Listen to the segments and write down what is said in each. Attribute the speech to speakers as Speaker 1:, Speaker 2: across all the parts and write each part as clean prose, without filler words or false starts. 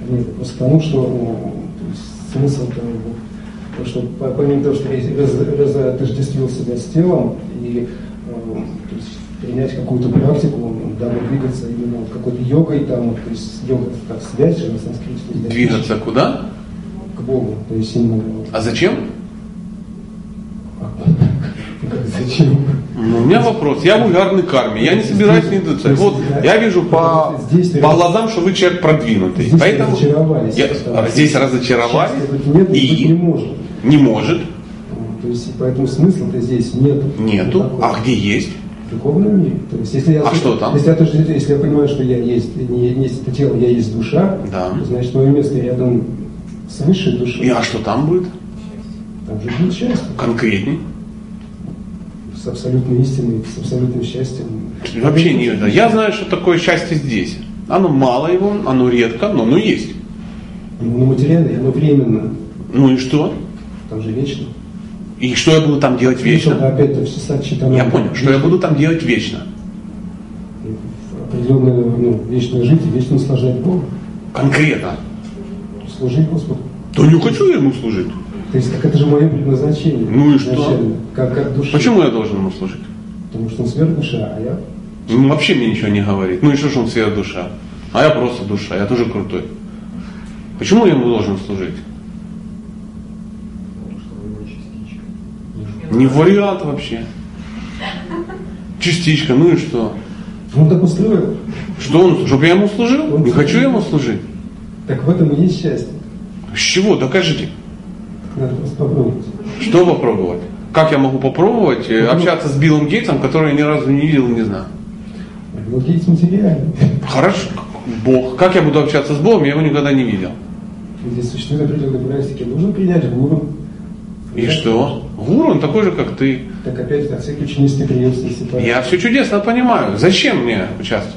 Speaker 1: Нет, просто потому, что смысл того, что помимо того, что разотождествил себя с телом и то есть, принять какую-то практику, дабы двигаться именно вот какой-то йогой, там, то есть йога как связь же на санскрите.
Speaker 2: Двигаться куда?
Speaker 1: К Богу, то есть именно.
Speaker 2: А зачем?
Speaker 1: Зачем?
Speaker 2: Ну, у меня вопрос. Я в вульгарной карме, я не собираюсь медитировать. Вот я вижу по глазам, что вы человек продвинутый.
Speaker 1: Здесь
Speaker 2: поэтому
Speaker 1: разочаровались.
Speaker 2: Здесь разочаровались.
Speaker 1: Нет,
Speaker 2: И
Speaker 1: не может.
Speaker 2: Не может.
Speaker 1: То есть поэтому смысла-то здесь нету.
Speaker 2: Нету. А где есть?
Speaker 1: В духовном мире. То есть, если я,
Speaker 2: что там?
Speaker 1: Если я понимаю, что я есть, не есть это тело, я есть душа,
Speaker 2: да.
Speaker 1: То значит мое место рядом с высшей душой.
Speaker 2: А что там будет?
Speaker 1: Там же будет счастье.
Speaker 2: Конкретней.
Speaker 1: С абсолютной истиной, с абсолютным счастьем.
Speaker 2: Вообще не это. Я знаю, что такое счастье здесь. Оно мало его, оно редко, но оно есть.
Speaker 1: Оно материальное, оно временно.
Speaker 2: Ну и что?
Speaker 1: Там же вечно.
Speaker 2: И что я буду там делать вечно? Я понял, что я буду там делать вечно.
Speaker 1: Определенно, вечно жить и вечно наслаждать Бога.
Speaker 2: Конкретно.
Speaker 1: Служить Господу.
Speaker 2: Да не хочу я ему служить.
Speaker 1: То есть, так это же мое предназначение.
Speaker 2: Ну и что?
Speaker 1: Как душа.
Speaker 2: Почему я должен ему служить?
Speaker 1: Потому что он сверхдуша, а я...
Speaker 2: Ну, вообще мне ничего не говорит. Ну и что ж он сверхдуша? А я просто душа, я тоже крутой. Почему я ему должен служить? Не вариант вообще. Частичка, ну и что?
Speaker 1: Он так устроил.
Speaker 2: Что он, чтобы я ему служил? Не хочу я ему служить.
Speaker 1: Так в этом и есть счастье.
Speaker 2: С чего? Докажите.
Speaker 1: Надо просто попробовать.
Speaker 2: Что попробовать? Как я могу попробовать общаться с Биллом Гейтсом, которого я ни разу не видел и не знаю?
Speaker 1: Билл Гейтс материальный.
Speaker 2: Хорошо. Бог. Как я буду общаться с Богом, я его никогда не видел.
Speaker 1: Здесь существует определенные практики. Нужно принять гуру.
Speaker 2: И что? Гуру, он такой же, как ты.
Speaker 1: Так опять, на всякий чудесный приветствие.
Speaker 2: Я все чудесно понимаю. Зачем мне участвовать?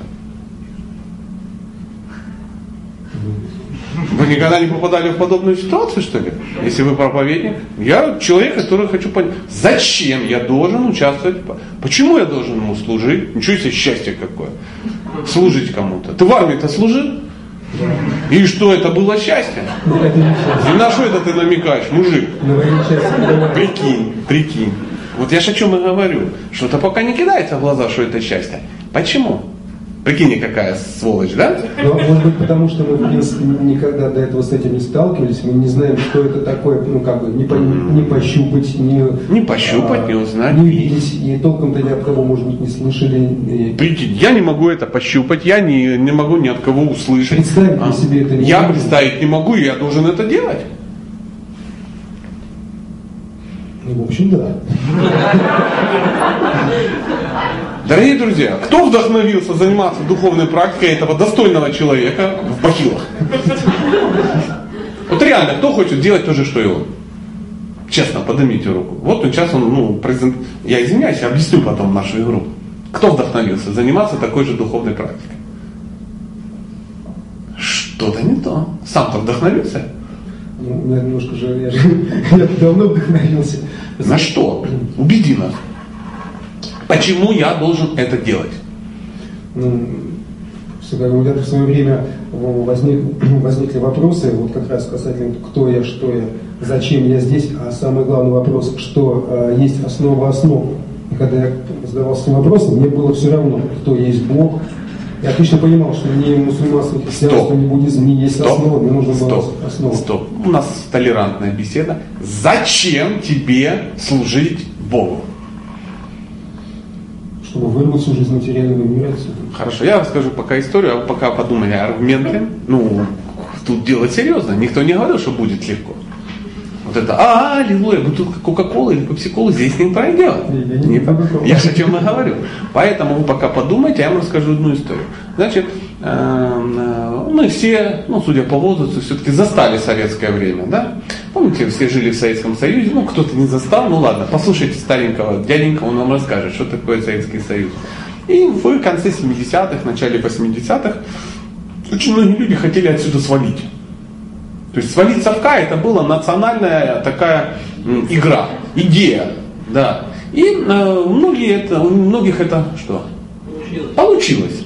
Speaker 2: Вы никогда не попадали в подобную ситуацию, что ли? Если вы проповедник? Я человек, который хочу понять, зачем я должен участвовать? Почему я должен ему служить? Ничего себе счастье какое. Служить кому-то. Ты в армии-то служил? И что, это было счастье? И на что это ты намекаешь, мужик? Прикинь. Вот я же о чем и говорю. Что-то пока не кидается в глаза, что это счастье. Почему? Прикинь, какая сволочь, да?
Speaker 1: Но, может быть, потому что мы, в принципе, никогда до этого с этим не сталкивались, мы не знаем, что это такое, не пощупать,
Speaker 2: не узнать,
Speaker 1: не видеть, и толком-то ни от кого, может быть, не слышали.
Speaker 2: Прикинь, я не могу это пощупать, я не могу ни от кого услышать.
Speaker 1: Представить себе это не
Speaker 2: Я
Speaker 1: могу.
Speaker 2: представить не могу, и я должен это делать.
Speaker 1: Ну, в общем, да.
Speaker 2: Дорогие друзья, кто вдохновился заниматься духовной практикой этого достойного человека в бахилах? Вот реально, кто хочет делать то же, что и он? Честно, поднимите руку. Вот сейчас он, я извиняюсь, я объясню потом нашу игру. Кто вдохновился заниматься такой же духовной практикой? Что-то не то. Сам-то вдохновился?
Speaker 1: Ну, я немножко же, я давно вдохновился.
Speaker 2: На что? Убеди нас. Почему я должен это делать?
Speaker 1: У меня в свое время возникли вопросы, вот как раз касательно кто я, что я, зачем я здесь, а самый главный вопрос, что есть основа основ. И когда я задавался этим вопросом, мне было все равно, кто есть Бог. Я отлично понимал, что ни мусульманство, ни христианство, ни буддизм не есть основа, мне нужно было основа.
Speaker 2: Стоп. У нас толерантная беседа. Зачем тебе служить Богу?
Speaker 1: Чтобы вырвать всю жизнь материального мира отсюда.
Speaker 2: Хорошо, я расскажу пока историю, а вы пока подумали аргументы. Тут дело серьезно. Никто не говорил, что будет легко. Вот это, аллилуйя, бутылка Кока-Колы или Пепси-Колы здесь не пройдет. Я же о чем и говорю. Поэтому вы пока подумайте, я вам расскажу одну историю. Значит, мы все, судя по возрасту, все-таки застали советское время, да? Помните, все жили в Советском Союзе, кто-то не застал, ладно, послушайте старенького дяденька, он вам расскажет, что такое Советский Союз. И в конце 70-х, начале 80-х очень многие люди хотели отсюда свалить. То есть свалить совка это была национальная такая игра, идея, да. И у многих это что? Получилось.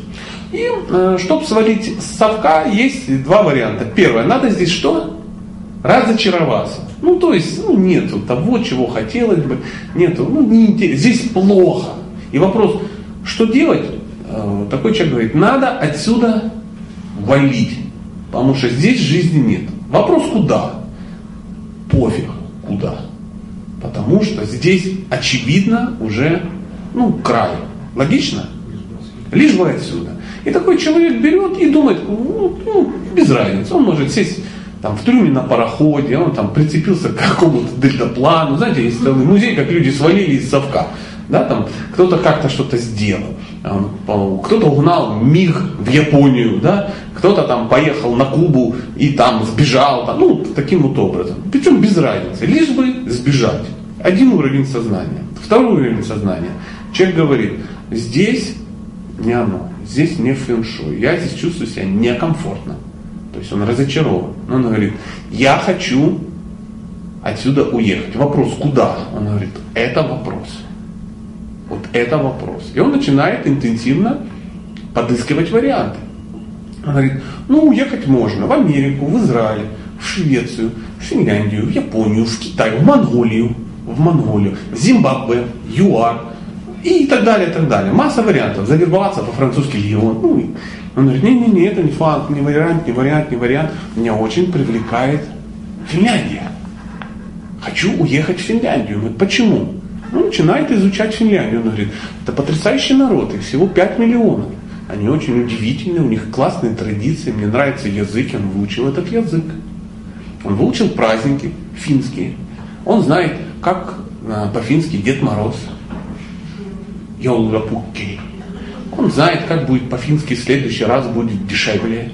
Speaker 2: И чтобы свалить с совка, есть два варианта. Первое, надо здесь что? Разочароваться. Ну, то есть, нету того, чего хотелось бы, нету, неинтересно, здесь плохо. И вопрос, что делать? Такой человек говорит, надо отсюда валить, потому что здесь жизни нет. Вопрос, куда? Пофиг, куда. Потому что здесь, очевидно, уже, край. Логично? Лишь бы отсюда. И такой человек берет и думает, без разницы, он может сесть там, в трюме на пароходе, он там прицепился к какому-то дельтаплану. Знаете, есть целый музей, как люди свалили из совка. Да, там, кто-то как-то что-то сделал. Кто-то угнал МиГ в Японию, да, кто-то там поехал на Кубу и там сбежал. Там, таким вот образом. Причем без разницы. Лишь бы сбежать. Один уровень сознания. Второй уровень сознания. Человек говорит, здесь не оно. Здесь не фэн-шуй. Я здесь чувствую себя некомфортно. То есть он разочарован. Он говорит, я хочу отсюда уехать. Вопрос, куда? Он говорит, это вопрос. Вот это вопрос. И он начинает интенсивно подыскивать варианты. Он говорит, уехать можно в Америку, в Израиль, в Швецию, в Финляндию, в Японию, в Китай, в Монголию, в Зимбабве, ЮАР и так далее, и так далее. Масса вариантов. Завербоваться во французский легион. Он говорит, не, это не факт, не вариант. Меня очень привлекает Финляндия. Хочу уехать в Финляндию. Он говорит, почему? Начинает изучать Финляндию. Он говорит, это потрясающий народ, их всего 5 миллионов. Они очень удивительные, у них классные традиции, мне нравится язык, он выучил этот язык. Он выучил праздники финские. Он знает, как по-фински Дед Мороз. Йоллапукки. Он знает, как будет по-фински в следующий раз будет дешевле.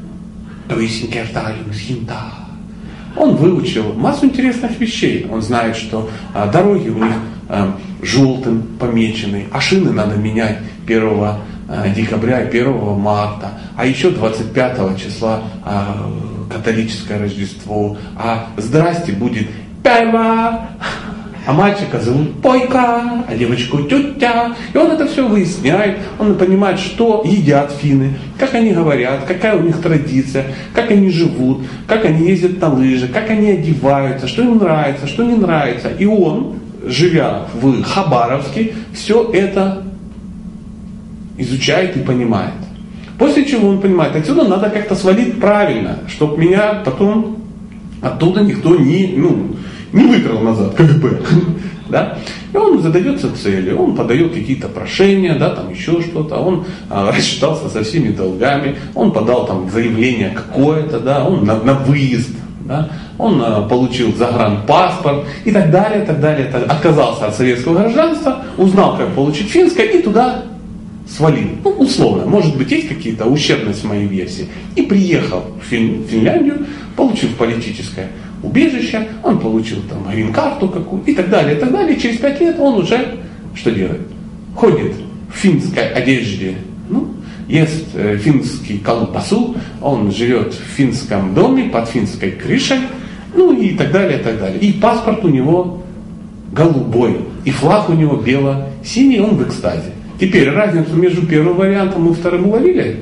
Speaker 2: Он выучил массу интересных вещей. Он знает, что дороги у них желтым помечены, а шины надо менять 1 декабря и 1 марта, а еще 25 числа католическое Рождество, а здрасте будет пева, а мальчика зовут Пойка, а девочку тетя. И он это все выясняет, он понимает, что едят финны, как они говорят, какая у них традиция, как они живут, как они ездят на лыжи, как они одеваются, что им нравится, что не нравится. И он, живя в Хабаровске, все это изучает и понимает. После чего он понимает, отсюда надо как-то свалить правильно, чтобы меня потом оттуда никто не выкрал назад, КГБ. Да? И он задается целью, он подает какие-то прошения, да, там еще что-то, он рассчитался со всеми долгами, он подал там заявление какое-то, да, он на выезд, да, он получил загранпаспорт и так далее, так далее, отказался от советского гражданства, узнал, как получить финское и туда свалил. Условно, может быть, есть какие-то ущербность в моей версии. И приехал в Финляндию, получил политическое убежище, он получил там грин-карту какую и так далее, и так далее. И через 5 лет он уже что делает? Ходит в финской одежде, ест финский колбасу, он живет в финском доме, под финской крышей, и так далее, и так далее. И паспорт у него голубой, и флаг у него бело-синий, он в экстазе. Теперь разницу между первым вариантом и вторым уловили?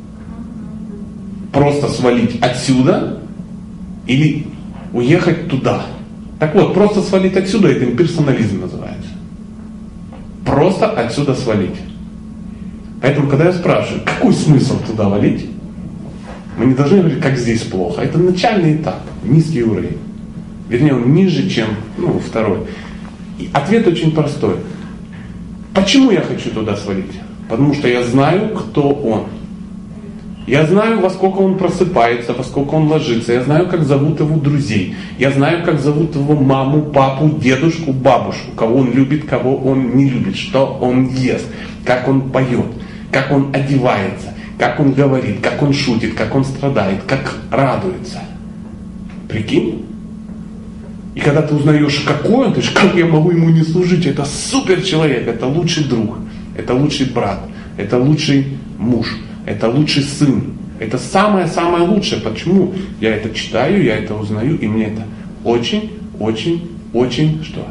Speaker 2: Просто свалить отсюда или уехать туда. Так вот, просто свалить отсюда, это имперсонализм называется. Просто отсюда свалить. Поэтому, когда я спрашиваю, какой смысл туда валить, мы не должны говорить, как здесь плохо. Это начальный этап, низкий уровень. Вернее, он ниже, чем второй. И ответ очень простой. Почему я хочу туда свалить? Потому что я знаю, кто он. Я знаю, во сколько он просыпается, во сколько он ложится. Я знаю, как зовут его друзей. Я знаю, как зовут его маму, папу, дедушку, бабушку. Кого он любит, кого он не любит. Что он ест, как он поет, как он одевается, как он говорит, как он шутит, как он страдает, как радуется. Прикинь? И когда ты узнаешь, какой он, ты говоришь, как я могу ему не служить? Это супер человек, это лучший друг, это лучший брат, это лучший муж, это лучший сын. Это самое-самое лучшее. Почему? Я это читаю, я это узнаю, и мне это очень-очень-очень что?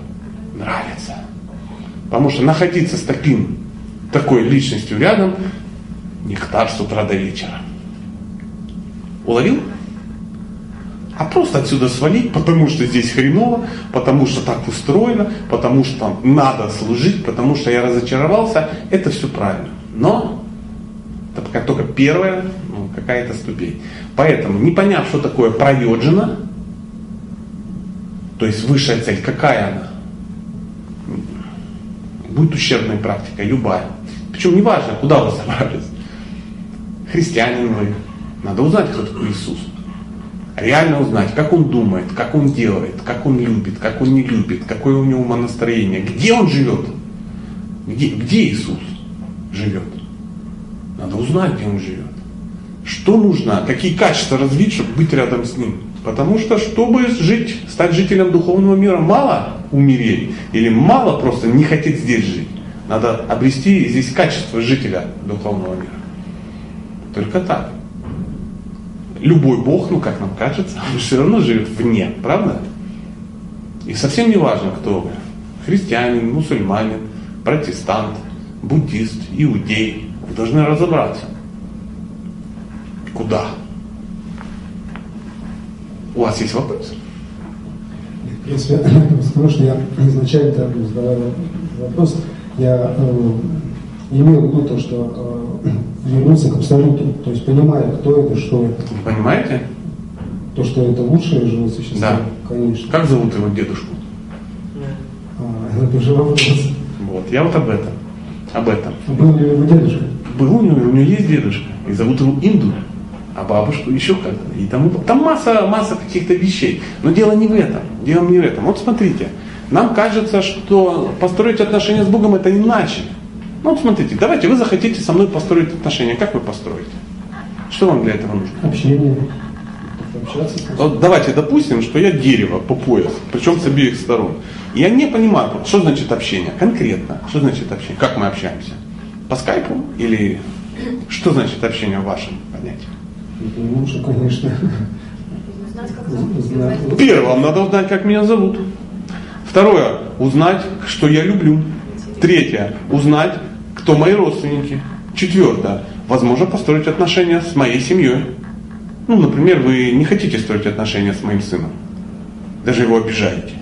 Speaker 2: Нравится. Потому что находиться с такой личностью рядом нектар с утра до вечера. Уловил? А просто отсюда свалить, потому что здесь хреново, потому что так устроено, потому что надо служить, потому что я разочаровался, это все правильно. Но это пока только первая какая-то ступень. Поэтому, не поняв, что такое прайоджана, то есть высшая цель, какая она? Будет ущербная практика, любая. Причем не важно, куда вы собрались. Христианин вы. Надо узнать, кто такой Иисус. Реально узнать, как он думает, как он делает, как он любит, как он не любит, какое у него умонастроение, где он живет, где Иисус живет. Надо узнать, где он живет. Что нужно, какие качества развить, чтобы быть рядом с ним. Потому что, чтобы жить, стать жителем духовного мира, мало умереть или мало просто не хотеть здесь жить. Надо обрести здесь качество жителя духовного мира. Только так. Любой Бог, как нам кажется, он все равно живет вне, правда? И совсем не важно, кто вы. Христианин, мусульманин, протестант, буддист, иудей. Вы должны разобраться. Куда? У вас есть вопрос?
Speaker 1: В принципе, потому что я изначально задавал вопрос, я имел в виду то, что вернуться к абсолюту, то есть понимая, кто это, что это.
Speaker 2: Вы понимаете?
Speaker 1: То, что это лучшее живое существо,
Speaker 2: да.
Speaker 1: Конечно.
Speaker 2: Как зовут его дедушку?
Speaker 1: Это уже вопрос.
Speaker 2: Вот, я вот об этом. Об этом.
Speaker 1: Был ли его дедушка?
Speaker 2: Был у него есть дедушка. И зовут его Инду. А бабушку еще как-то. И там масса каких-то вещей. Но дело не в этом. Дело не в этом. Вот смотрите. Нам кажется, что построить отношения с Богом это иначе. Ну вот смотрите, давайте вы захотите со мной построить отношения. Как вы построите? Что вам для этого нужно?
Speaker 1: Общение. Общаться.
Speaker 2: Вот давайте допустим, что я дерево по пояс, причем с обеих сторон. Я не понимаю, что значит общение. Конкретно. Что значит общение? Как мы общаемся? По скайпу? Или что значит общение в вашем понятии?
Speaker 1: Лучше, конечно.
Speaker 2: Первое, вам надо узнать, как меня зовут. Второе, узнать, что я люблю. Третье, узнать, кто мои родственники. Четвертое, возможно, построить отношения с моей семьей. Например, вы не хотите строить отношения с моим сыном. Даже его обижаете.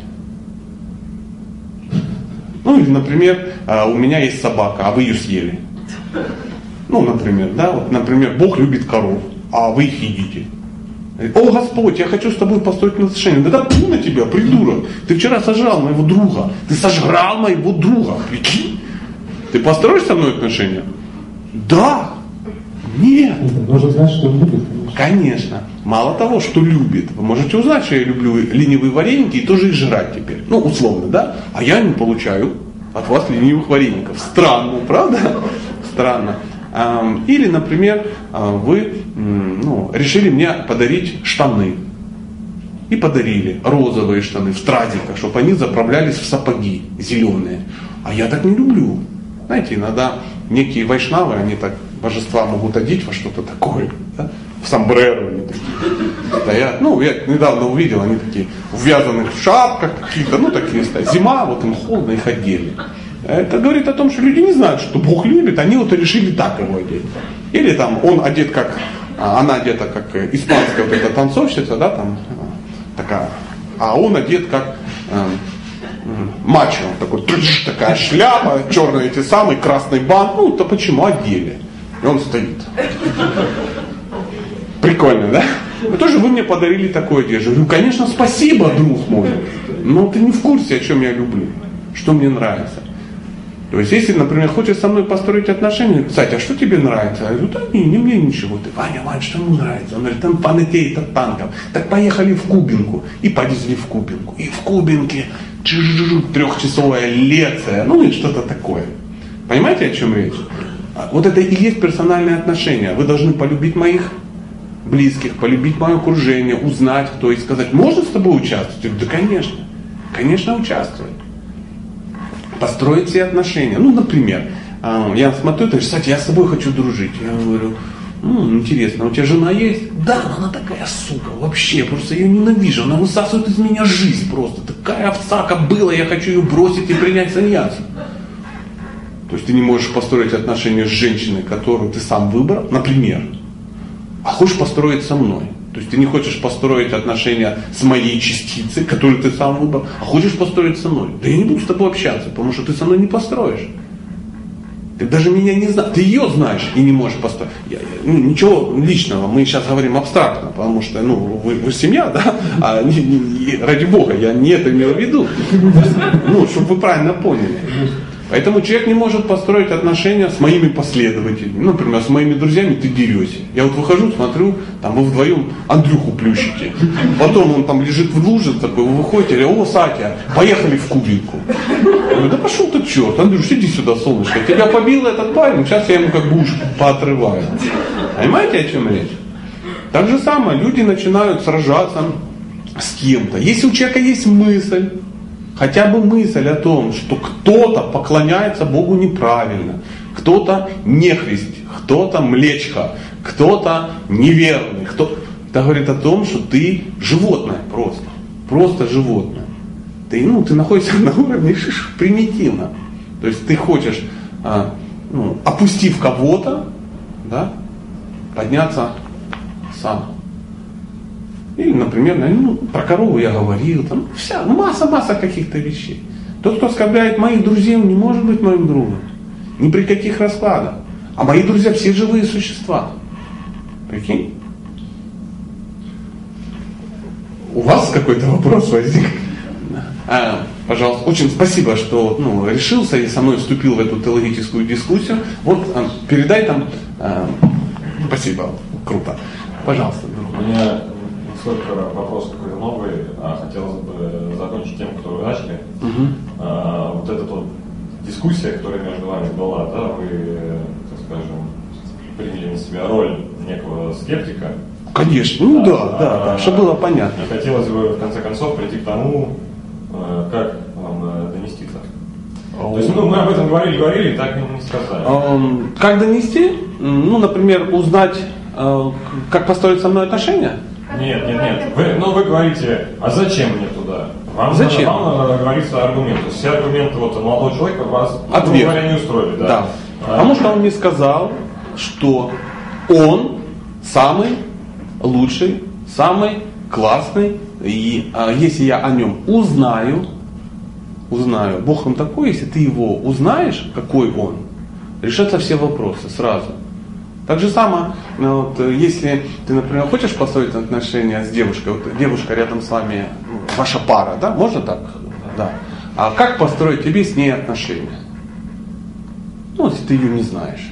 Speaker 2: Или, например, у меня есть собака, а вы ее съели. Например, да, вот, например, Бог любит коров, а вы их едите. О, Господь, я хочу с тобой построить отношения. Да тьфу на тебя, придурок. Ты вчера сожрал моего друга. Ты сожрал моего друга. Прикинь? Ты построишь со мной отношения? Да. Нет.
Speaker 1: Нужно знать, что он любит, конечно.
Speaker 2: Конечно. Мало того, что любит. Вы можете узнать, что я люблю ленивые вареники и тоже их жрать теперь. Условно, да? А я не получаю от вас ленивых вареников. Странно, правда? Странно. Или, например, вы решили мне подарить штаны. И подарили розовые штаны в стразиках, чтобы они заправлялись в сапоги зеленые. А я так не люблю. Знаете, иногда некие вайшнавы, они так божества могут одеть во что-то такое. Да? В сомбреро они такие стоят. Я недавно увидел, они такие в вязаных шапках какие-то, такие стоят. Зима, вот им холодно, их одели. Это говорит о том, что люди не знают, что Бог любит, они решили так его одеть. Или он одет как, она одета как испанская вот эта танцовщица, да, там такая, а он одет как мачо, такая шляпа, черные эти самые, красный бант, то почему одели? И он стоит. Прикольно, да? Тоже вы мне подарили такую одежду. Я говорю, конечно, спасибо, друг мой, но ты не в курсе, о чем я люблю, что мне нравится. То есть, если, например, хочешь со мной построить отношения, кстати, а что тебе нравится? Я говорю, да не мне ничего. Ты, Ваня, что ему нравится? Он говорит, там панетей, это танков. Так поехали в Кубинку. И повезли в Кубинку. И в Кубинке трехчасовая лекция. И что-то такое. Понимаете, о чем речь? Вот это и есть персональные отношения. Вы должны полюбить моих близких, полюбить мое окружение, узнать, кто и сказать, можно с тобой участвовать? Да, конечно. Конечно, участвовать. Построить все отношения. Например, я смотрю, ты говоришь, кстати, я с тобой хочу дружить. Я говорю, интересно, у тебя жена есть? Да, но она такая сука, вообще, просто я ее ненавижу. Она высасывает из меня жизнь просто. Такая овца, кобыла, я хочу ее бросить и принять саньяс. То есть ты не можешь построить отношения с женщиной, которую ты сам выбрал, например, а хочешь построить со мной. То есть ты не хочешь построить отношения с моей частицей, которую ты сам выбрал, а хочешь построить со мной. Да я не буду с тобой общаться, потому что ты со мной не построишь. Ты даже меня не знаешь, ты ее знаешь и не можешь построить. Ничего личного, мы сейчас говорим абстрактно, потому что вы семья, да? Ради Бога, я не это имел в виду. Чтобы вы правильно поняли. Поэтому человек не может построить отношения с моими последователями. Например, с моими друзьями ты дерешься. Я вот выхожу, смотрю, там вы вдвоем Андрюху плющите. Потом он там лежит в луже такой, вы выходите, говорю, о, Сатя, поехали в кубинку. Я говорю, да пошел ты к черту, Андрюш, иди сюда, солнышко. Тебя побил этот парень, сейчас я ему как бы уши поотрываю. Понимаете, о чем речь? Так же самое, люди начинают сражаться с кем-то. Если у человека есть мысль, хотя бы мысль о том, что кто-то поклоняется Богу неправильно, кто-то нехрист, кто-то млечха, кто-то неверный, это говорит о том, что ты животное просто животное. Ты находишься на уровне примитивно. То есть ты хочешь, опустив кого-то, да, подняться сам. Или, например, про корову я говорил, там масса каких-то вещей. Тот, кто оскорбляет моих друзей, он не может быть моим другом. Ни при каких раскладах. А мои друзья все живые существа. Прикинь? У вас какой-то вопрос возник? Пожалуйста, очень спасибо, что решился и со мной вступил в эту теологическую дискуссию. Вот, передай там. Спасибо, круто. Пожалуйста.
Speaker 3: У меня столько вопрос какой-то новый, хотелось бы закончить тему, которую вы начали. Вот эта вот дискуссия, которая между вами была, да, вы, так скажем, приняли на себя роль некого скептика.
Speaker 2: Конечно, да, чтобы было понятно.
Speaker 3: И хотелось бы в конце концов прийти к тому, как вам донести это. То есть, мы об этом говорили, и так и не сказали.
Speaker 2: Как донести? Например, узнать, как построить со мной отношения?
Speaker 3: Нет. Вы говорите, а зачем мне туда?
Speaker 2: Зачем?
Speaker 3: Вам говорится аргумент. То есть все аргументы молодого человека вас, говоря, не устроили. Да.
Speaker 2: Потому что он мне сказал, что он самый лучший, самый классный. И если я о нем узнаю, Бог он такой, если ты его узнаешь, какой он, решатся все вопросы сразу. Так же самое, если ты, например, хочешь построить отношения с девушкой, девушка рядом с вами, ваша пара, да, можно так? Да. А как построить тебе с ней отношения? Если ты ее не знаешь.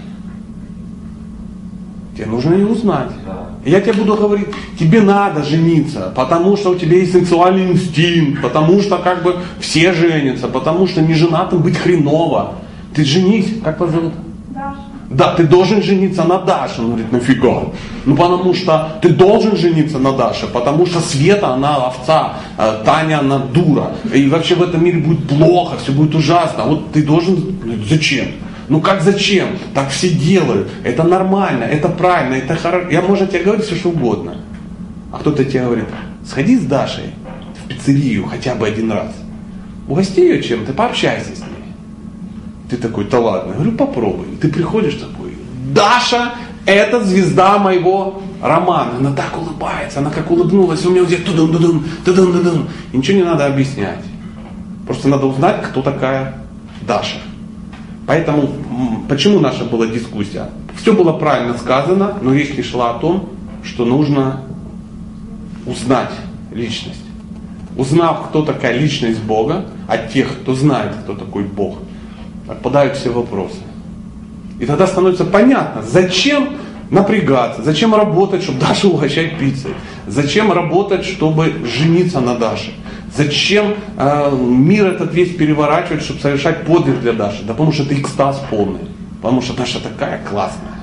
Speaker 2: Тебе нужно ее узнать. Я тебе буду говорить, тебе надо жениться, потому что у тебя есть сексуальный инстинкт, потому что все женятся, потому что неженатым быть хреново. Ты женись, как вас зовут?
Speaker 4: Даша.
Speaker 2: Да, ты должен жениться на Даше. Он говорит, нафига? Потому что ты должен жениться на Даше, потому что Света, она овца, Таня, она дура. И вообще в этом мире будет плохо, все будет ужасно. Вот ты должен, зачем? Как зачем? Так все делают. Это нормально, это правильно, это хорошо. Я, можно тебе говорить все, что угодно. А кто-то тебе говорит, сходи с Дашей в пиццерию хотя бы один раз. Угости ее чем-то, пообщайся с ней. Ты такой, да ладно. Я говорю, попробуй. И ты приходишь такой, Даша, это звезда моего романа. Она так улыбается, она как улыбнулась, у меня здесь тудун-тудун. И ничего не надо объяснять. Просто надо узнать, кто такая Даша. Поэтому, почему наша была дискуссия? Все было правильно сказано, но речь не шла о том, что нужно узнать личность. Узнав, кто такая личность Бога, от тех, кто знает, кто такой Бог, отпадают все вопросы. И тогда становится понятно, зачем напрягаться, зачем работать, чтобы Дашу угощать пиццей, зачем работать, чтобы жениться на Даше, зачем мир этот весь переворачивать, чтобы совершать подвиг для Даши. Да потому что это экстаз полный, потому что Даша такая классная.